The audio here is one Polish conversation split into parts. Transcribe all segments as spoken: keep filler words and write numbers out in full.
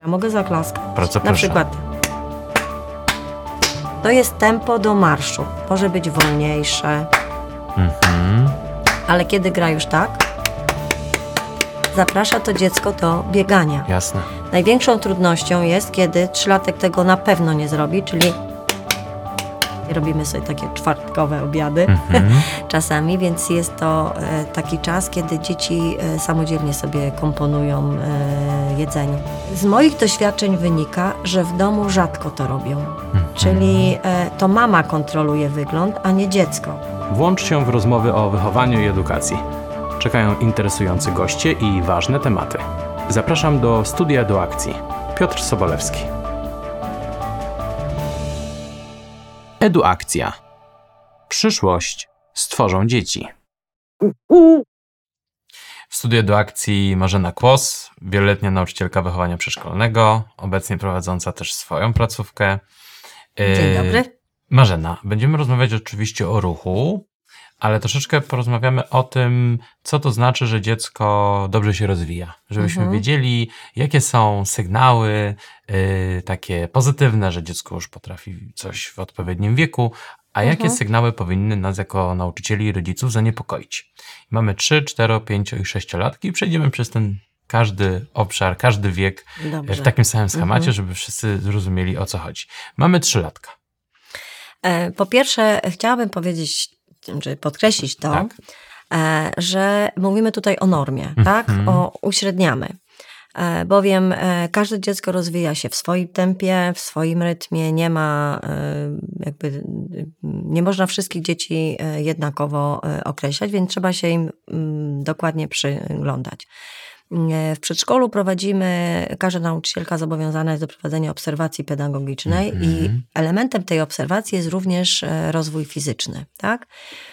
Ja mogę zaklaskać. Bardzo Na proszę. przykład to jest tempo do marszu. Może być wolniejsze, Mhm. ale kiedy gra już tak, zaprasza to dziecko do biegania. Jasne. Największą trudnością jest, kiedy trzylatek tego na pewno nie zrobi, czyli robimy sobie takie czwartkowe obiady Mhm. czasami, więc jest to e, taki czas, kiedy dzieci e, samodzielnie sobie komponują e, jedzenie. Z moich doświadczeń wynika, że w domu rzadko to robią, Mhm. czyli e, to mama kontroluje wygląd, a nie dziecko. Włącz się w rozmowy o wychowaniu i edukacji. Czekają interesujący goście i ważne tematy. Zapraszam do studia do akcji. Piotr Sobolewski. Eduakcja. Przyszłość stworzą dzieci. W studiu do akcji Marzena Kłos, wieloletnia nauczycielka wychowania przedszkolnego, obecnie prowadząca też swoją placówkę. Dzień dobry. Marzena, będziemy rozmawiać oczywiście o ruchu, ale troszeczkę porozmawiamy o tym, co to znaczy, że dziecko dobrze się rozwija. Żebyśmy Mhm. wiedzieli, jakie są sygnały yy, takie pozytywne, że dziecko już potrafi coś w odpowiednim wieku, a jakie Mhm. sygnały powinny nas jako nauczycieli i rodziców zaniepokoić. Mamy trzy, cztero, pięcio i sześciolatki i przejdziemy przez ten każdy obszar, każdy wiek Dobrze. w takim samym schemacie, Mhm. żeby wszyscy zrozumieli, o co chodzi. Mamy trzylatka. E, Po pierwsze, chciałabym powiedzieć, czy podkreślić to, Tak. e, że mówimy tutaj o normie, tak? Mhm. O uśredniamy. E, Bowiem e, każde dziecko rozwija się w swoim tempie, w swoim rytmie, nie ma e, jakby, e, nie można wszystkich dzieci e, jednakowo e, określać, więc trzeba się im mm, dokładnie przyglądać. E, W przedszkolu prowadzimy, każda nauczycielka zobowiązana jest do prowadzenia obserwacji pedagogicznej Mhm. i elementem tej obserwacji jest również e, rozwój fizyczny, tak?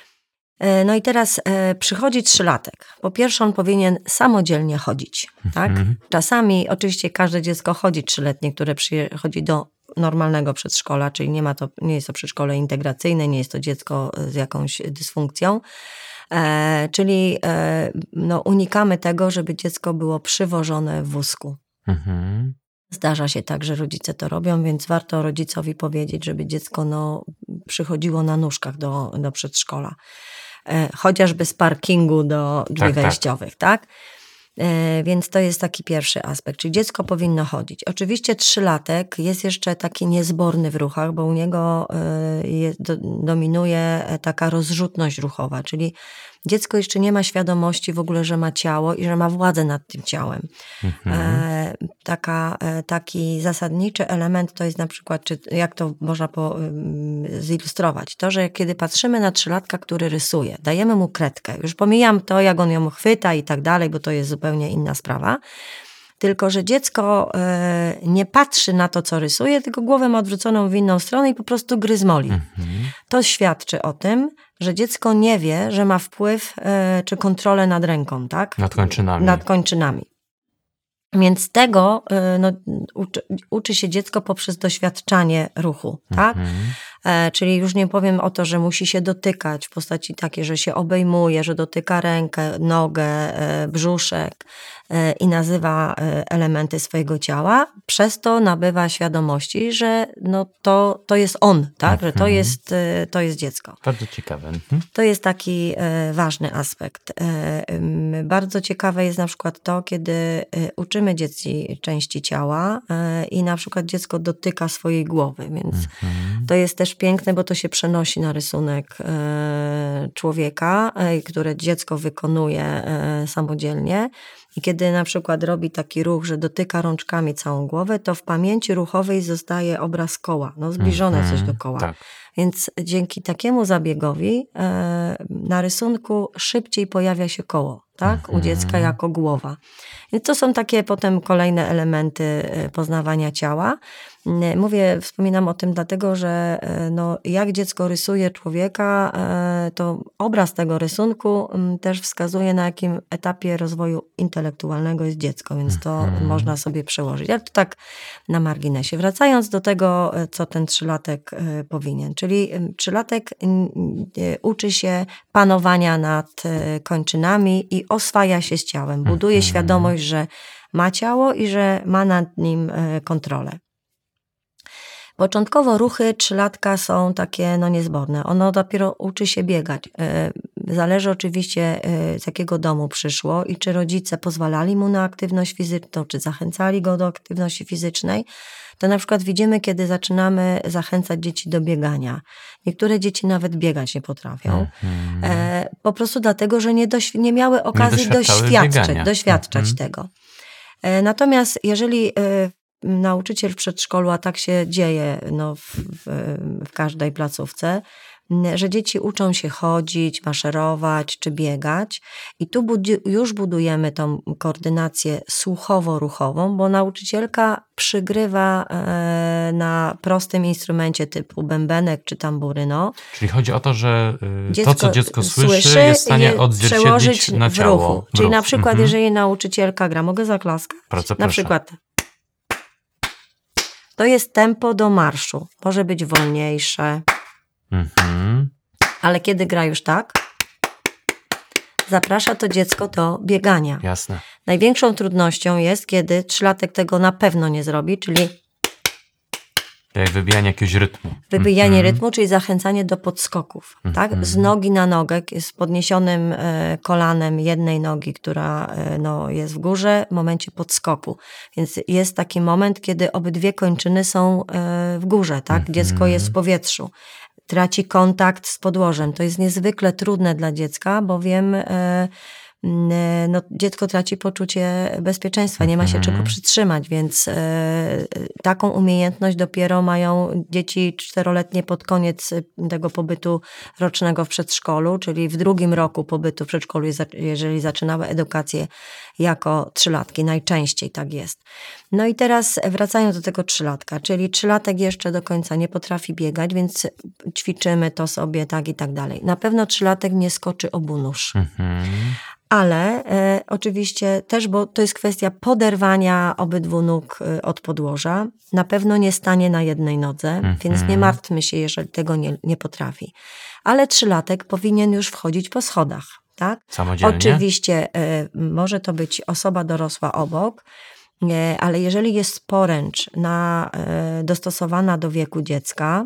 E, No i teraz e, przychodzi trzylatek. Po pierwsze, on powinien samodzielnie chodzić, tak? Mhm. Czasami oczywiście każde dziecko chodzi trzyletnie, które przychodzi do normalnego przedszkola, czyli nie ma to, nie jest to przedszkole integracyjne, nie jest to dziecko z jakąś dysfunkcją. E, czyli e, no, unikamy tego, żeby dziecko było przywożone w wózku. Mhm. Zdarza się tak, że rodzice to robią, więc warto rodzicowi powiedzieć, żeby dziecko no, przychodziło na nóżkach do, do przedszkola. E, chociażby z parkingu do drzwi Tak, tak. wejściowych, tak? E, Więc to jest taki pierwszy aspekt, czyli dziecko powinno chodzić. Oczywiście trzylatek jest jeszcze taki niezborny w ruchach, bo u niego e, jest, do, dominuje taka rozrzutność ruchowa, czyli dziecko jeszcze nie ma świadomości w ogóle, że ma ciało i że ma władzę nad tym ciałem. Mhm. E, taka, e, taki zasadniczy element to jest na przykład, czy, jak to można po, ym, zilustrować, to, że kiedy patrzymy na trzylatka, który rysuje, dajemy mu kredkę, już pomijam to, jak on ją chwyta i tak dalej, bo to jest zupełnie inna sprawa, tylko że dziecko e, nie patrzy na to, co rysuje, tylko głowę ma odwróconą w inną stronę i po prostu gryzmoli. Mhm. To świadczy o tym, że dziecko nie wie, że ma wpływ e, czy kontrolę nad ręką, tak? Nad kończynami. Nad kończynami. Więc tego e, no, uczy, uczy się dziecko poprzez doświadczanie ruchu, tak? Mhm. E, czyli już nie powiem o to, że musi się dotykać w postaci takiej, że się obejmuje, że dotyka rękę, nogę, e, brzuszek e, i nazywa e, elementy swojego ciała. Przez to nabywa świadomości, że no, to, to jest on, tak? Że to Mhm. jest, e, to jest dziecko. Bardzo ciekawe. Mhm. To jest taki e, ważny aspekt. E, ym, bardzo ciekawe jest na przykład to, kiedy e, uczymy dzieci części ciała e, i na przykład dziecko dotyka swojej głowy, więc Mhm. to jest też piękne, bo to się przenosi na rysunek e, człowieka, e, które dziecko wykonuje e, samodzielnie. I kiedy na przykład robi taki ruch, że dotyka rączkami całą głowę, to w pamięci ruchowej zostaje obraz koła, no zbliżone Mhm. coś do koła. Tak. Więc dzięki takiemu zabiegowi e, na rysunku szybciej pojawia się koło, tak? U Mhm. dziecka jako głowa. Więc to są takie potem kolejne elementy e, poznawania ciała. M, Mówię, wspominam o tym dlatego, że e, no, jak dziecko rysuje człowieka, e, to obraz tego rysunku m, też wskazuje, na jakim etapie rozwoju intelektualnego jest dziecko, więc to Mhm. można sobie przełożyć. Ale to tak na marginesie. Wracając do tego, e, co ten trzylatek e, powinien, czyli czyli trzylatek uczy się panowania nad kończynami i oswaja się z ciałem. Buduje Mhm. świadomość, że ma ciało i że ma nad nim kontrolę. Początkowo ruchy trzylatka są takie no niezborne. Ono dopiero uczy się biegać. Zależy oczywiście z jakiego domu przyszło i czy rodzice pozwalali mu na aktywność fizyczną, czy zachęcali go do aktywności fizycznej. To na przykład widzimy, kiedy zaczynamy zachęcać dzieci do biegania. Niektóre dzieci nawet biegać nie potrafią. Mhm. Po prostu dlatego, że nie, doświ- nie miały okazji nie doświadczać, doświadczać mhm. tego. Natomiast jeżeli nauczyciel w przedszkolu, a tak się dzieje no, w, w, w każdej placówce, że dzieci uczą się chodzić, maszerować czy biegać i tu budi- już budujemy tą koordynację słuchowo-ruchową, bo nauczycielka przygrywa e, na prostym instrumencie typu bębenek czy tamburyno. Czyli chodzi o to, że y, dziecko to, co dziecko słyszy, słyszy jest w stanie je odzwierciedlić na w ciało. ruchu. W Czyli ruch. na przykład, mhm. jeżeli nauczycielka gra, mogę zaklaskać? Bardzo Na proszę. przykład to jest tempo do marszu. Może być wolniejsze. Mhm. Ale kiedy gra już tak, zaprasza to dziecko do biegania. Jasne. Największą trudnością jest, kiedy trzylatek tego na pewno nie zrobi, czyli Jak wybijanie jakiegoś rytmu. wybijanie mhm. rytmu, czyli zachęcanie do podskoków. Mhm. Tak? Z nogi na nogę, z podniesionym e, kolanem jednej nogi, która e, no, jest w górze, w momencie podskoku. Więc jest taki moment, kiedy obydwie kończyny są e, w górze. Tak? Mhm. Dziecko jest w powietrzu. Traci kontakt z podłożem. To jest niezwykle trudne dla dziecka, bowiem e, no, dziecko traci poczucie bezpieczeństwa, nie ma się czego przytrzymać, więc e, taką umiejętność dopiero mają dzieci czteroletnie pod koniec tego pobytu rocznego w przedszkolu, czyli w drugim roku pobytu w przedszkolu, jeżeli zaczynały edukację jako trzylatki, najczęściej tak jest. No i teraz wracając do tego trzylatka, czyli trzylatek jeszcze do końca nie potrafi biegać, więc ćwiczymy to sobie tak i tak dalej. Na pewno trzylatek nie skoczy obu nóż. Mhm. Ale e, oczywiście też, bo to jest kwestia poderwania obydwu nóg od podłoża, na pewno nie stanie na jednej nodze, mm-hmm. więc nie martwmy się, jeżeli tego nie, nie potrafi. Ale trzylatek powinien już wchodzić po schodach, tak? Samodzielnie? Oczywiście e, może to być osoba dorosła obok, e, ale jeżeli jest poręcz na, e, dostosowana do wieku dziecka,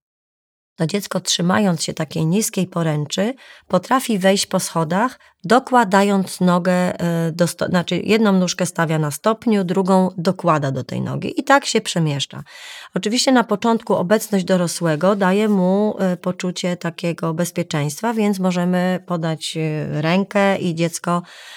to dziecko, trzymając się takiej niskiej poręczy, potrafi wejść po schodach, dokładając nogę, do sto- znaczy jedną nóżkę stawia na stopniu, drugą dokłada do tej nogi i tak się przemieszcza. Oczywiście na początku obecność dorosłego daje mu poczucie takiego bezpieczeństwa, więc możemy podać rękę i dziecko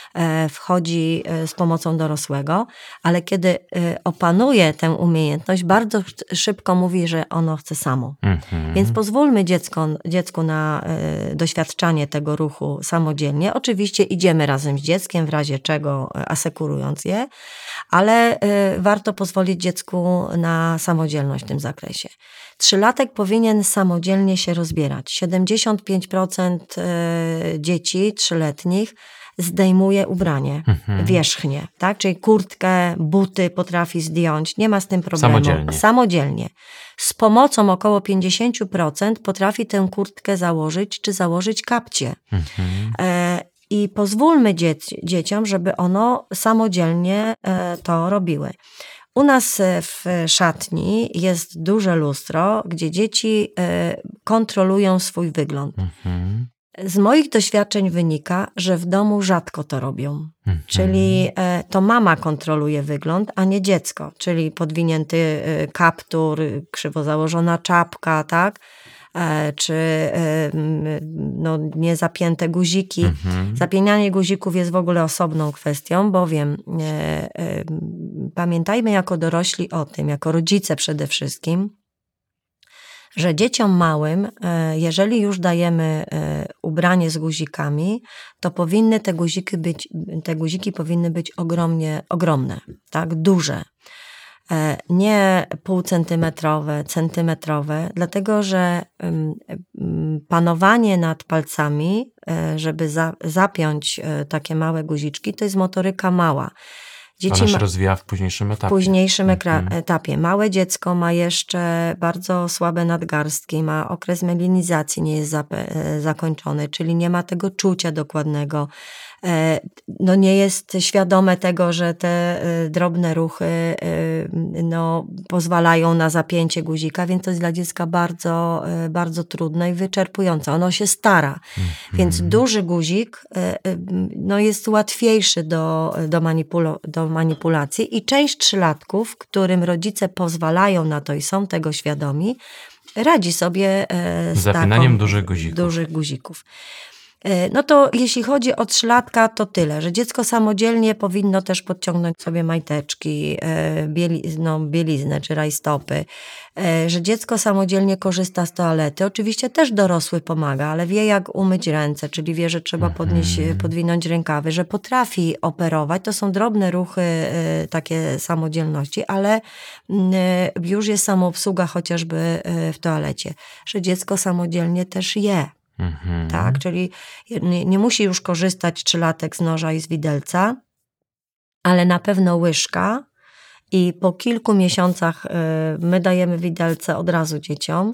wchodzi z pomocą dorosłego, ale kiedy opanuje tę umiejętność, bardzo szybko mówi, że ono chce samo. Mhm. Więc pozwólmy dziecko, dziecku na doświadczanie tego ruchu samodzielnie. Oczywiście idziemy razem z dzieckiem, w razie czego asekurując je, ale warto pozwolić dziecku na samodzielność w tym zakresie. Trzylatek powinien samodzielnie się rozbierać. siedemdziesiąt pięć procent dzieci trzyletnich zdejmuje ubranie, mhm. wierzchnię, tak? Czyli kurtkę, buty potrafi zdjąć, nie ma z tym problemu. Samodzielnie. Samodzielnie. Z pomocą około pięćdziesiąt procent potrafi tę kurtkę założyć, czy założyć kapcie. Mhm. E, I pozwólmy dzieci, dzieciom, żeby ono samodzielnie e, to robiły. U nas w szatni jest duże lustro, gdzie dzieci e, kontrolują swój wygląd. Mhm. Z moich doświadczeń wynika, że w domu rzadko to robią. Mhm. Czyli e, to mama kontroluje wygląd, a nie dziecko. Czyli podwinięty e, kaptur, krzywo założona czapka, tak? E, czy e, no, niezapięte guziki. Mhm. Zapienianie guzików jest w ogóle osobną kwestią, bowiem e, e, pamiętajmy jako dorośli o tym, jako rodzice przede wszystkim, że dzieciom małym, jeżeli już dajemy ubranie z guzikami, to powinny te guziki być, te guziki powinny być ogromnie, ogromne, tak, duże. Nie półcentymetrowe, centymetrowe, dlatego że panowanie nad palcami, żeby za, zapiąć takie małe guziczki, to jest motoryka mała. Dzieci Ona się ma... rozwija w późniejszym etapie. W późniejszym ekra- Mhm. etapie. Małe dziecko ma jeszcze bardzo słabe nadgarstki, ma okres melinizacji, nie jest zape- zakończony, czyli nie ma tego czucia dokładnego. No nie jest świadome tego, że te drobne ruchy no, pozwalają na zapięcie guzika, więc to jest dla dziecka bardzo, bardzo trudne i wyczerpujące. Ono się stara, mhm. więc duży guzik no, jest łatwiejszy do, do, manipulo- do manipulacji i część trzylatków, którym rodzice pozwalają na to i są tego świadomi, radzi sobie z zapinaniem taką, dużych guzików. dużych guzików. No to jeśli chodzi o trzylatka, to tyle, że dziecko samodzielnie powinno też podciągnąć sobie majteczki, bieli, no, bieliznę czy rajstopy, że dziecko samodzielnie korzysta z toalety. Oczywiście też dorosły pomaga, ale wie jak umyć ręce, czyli wie, że trzeba podnieść, podwinąć rękawy, że potrafi operować. To są drobne ruchy takie samodzielności, ale już jest samoobsługa chociażby w toalecie, że dziecko samodzielnie też je. Mhm. Tak, czyli nie, nie musi już korzystać trzylatek z noża i z widelca, ale na pewno łyżka i po kilku miesiącach my dajemy widelce od razu dzieciom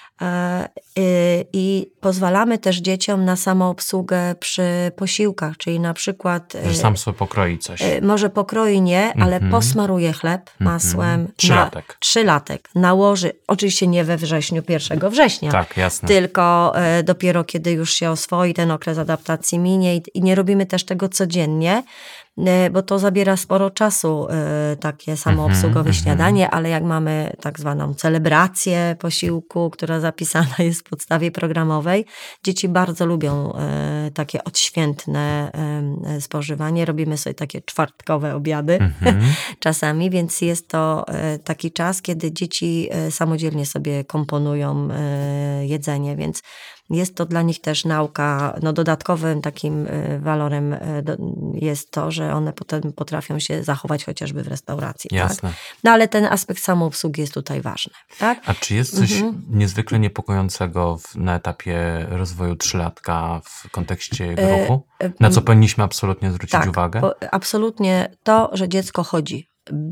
i pozwalamy też dzieciom na samoobsługę przy posiłkach, czyli na przykład... Że sam sobie pokroi coś. Może pokroi nie, ale mm-hmm. posmaruje chleb masłem. Mm-hmm. Trzylatek. Na, trzylatek. Nałoży, oczywiście nie we wrześniu, pierwszego września. Tak, jasne. Tylko e, dopiero kiedy już się oswoi, ten okres adaptacji minie i, i nie robimy też tego codziennie, e, bo to zabiera sporo czasu, e, takie samoobsługowe mm-hmm. śniadanie, ale jak mamy tak zwaną celebrację posiłku, która zapisana jest w podstawie programowej, dzieci bardzo lubią e, takie odświętne e, spożywanie. Robimy sobie takie czwartkowe obiady mm-hmm. czasami, więc jest to e, taki czas, kiedy dzieci e, samodzielnie sobie komponują e, jedzenie, więc jest to dla nich też nauka, no dodatkowym takim walorem jest to, że one potem potrafią się zachować chociażby w restauracji. Jasne. Tak? No ale ten aspekt samoobsługi jest tutaj ważny. Tak? A czy jest coś mhm. niezwykle niepokojącego w, na etapie rozwoju trzylatka w kontekście jego ruchu? Na co powinniśmy absolutnie zwrócić tak, uwagę? Bo absolutnie to, że dziecko chodzi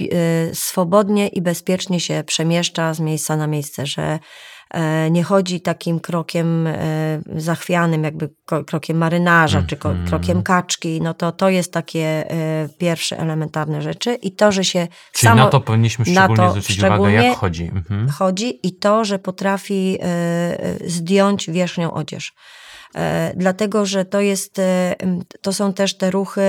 swobodnie i bezpiecznie się przemieszcza z miejsca na miejsce, że nie chodzi takim krokiem zachwianym, jakby krokiem marynarza, mm, czy krokiem mm. kaczki, no to to jest takie pierwsze elementarne rzeczy i to, że się Czyli samo, na to powinniśmy szczególnie to zwrócić szczególnie uwagę, jak chodzi. Mhm. Chodzi i to, że potrafi zdjąć wierzchnią odzież. Dlatego, że to jest, to są też te ruchy,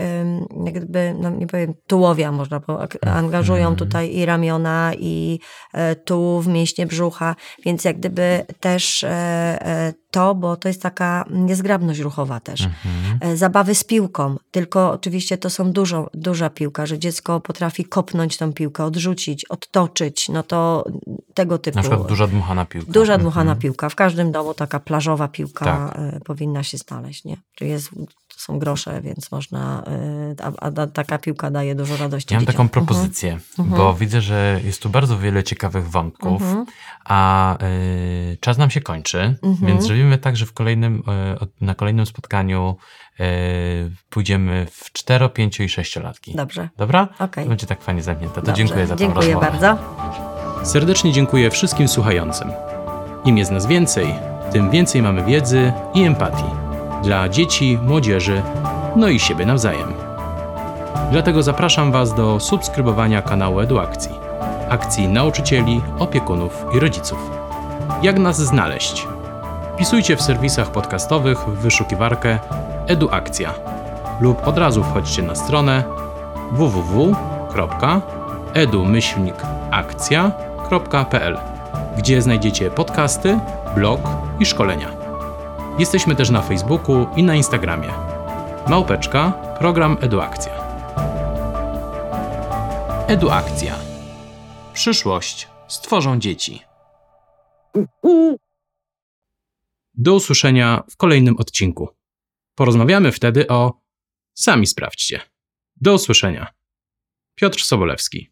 jakby, no nie powiem, tułowia można, bo angażują tutaj i ramiona, i tułów, mięśnie brzucha, więc jak gdyby też to, bo to jest taka niezgrabność ruchowa też. Mhm. Zabawy z piłką, tylko oczywiście to są dużo, duża piłka, że dziecko potrafi kopnąć tą piłkę, odrzucić, odtoczyć, no to tego typu. Na przykład duża dmuchana piłka. Duża dmuchana mhm. piłka. W każdym domu taka plażowa piłka tak. powinna się znaleźć, nie? Czyli jest, to są grosze, więc można, a, a taka piłka daje dużo radości. Ja mam dzieciom. taką propozycję, mhm. bo widzę, że jest tu bardzo wiele ciekawych wątków, mhm. a y, czas nam się kończy, mhm. więc zrobimy tak, że w kolejnym, y, na kolejnym spotkaniu y, pójdziemy w cztero, pięcio i sześciolatki. Dobrze. Dobra? Okay. Będzie tak fajnie zamknięte. To Dobrze. dziękuję za tę Dziękuję rozmowę. bardzo. Serdecznie dziękuję wszystkim słuchającym. Im jest nas więcej, tym więcej mamy wiedzy i empatii. Dla dzieci, młodzieży, no i siebie nawzajem. Dlatego zapraszam Was do subskrybowania kanału EduAkcji, akcji nauczycieli, opiekunów i rodziców. Jak nas znaleźć? Wpisujcie w serwisach podcastowych w wyszukiwarkę EduAkcja lub od razu wchodźcie na stronę w w w kropka edu myślnik akcja kropka p l, gdzie znajdziecie podcasty, blog i szkolenia. Jesteśmy też na Facebooku i na Instagramie. Małpeczka, program EduAkcja. EduAkcja. Przyszłość stworzą dzieci. Do usłyszenia w kolejnym odcinku. Porozmawiamy wtedy o... Sami sprawdźcie. Do usłyszenia. Piotr Sobolewski.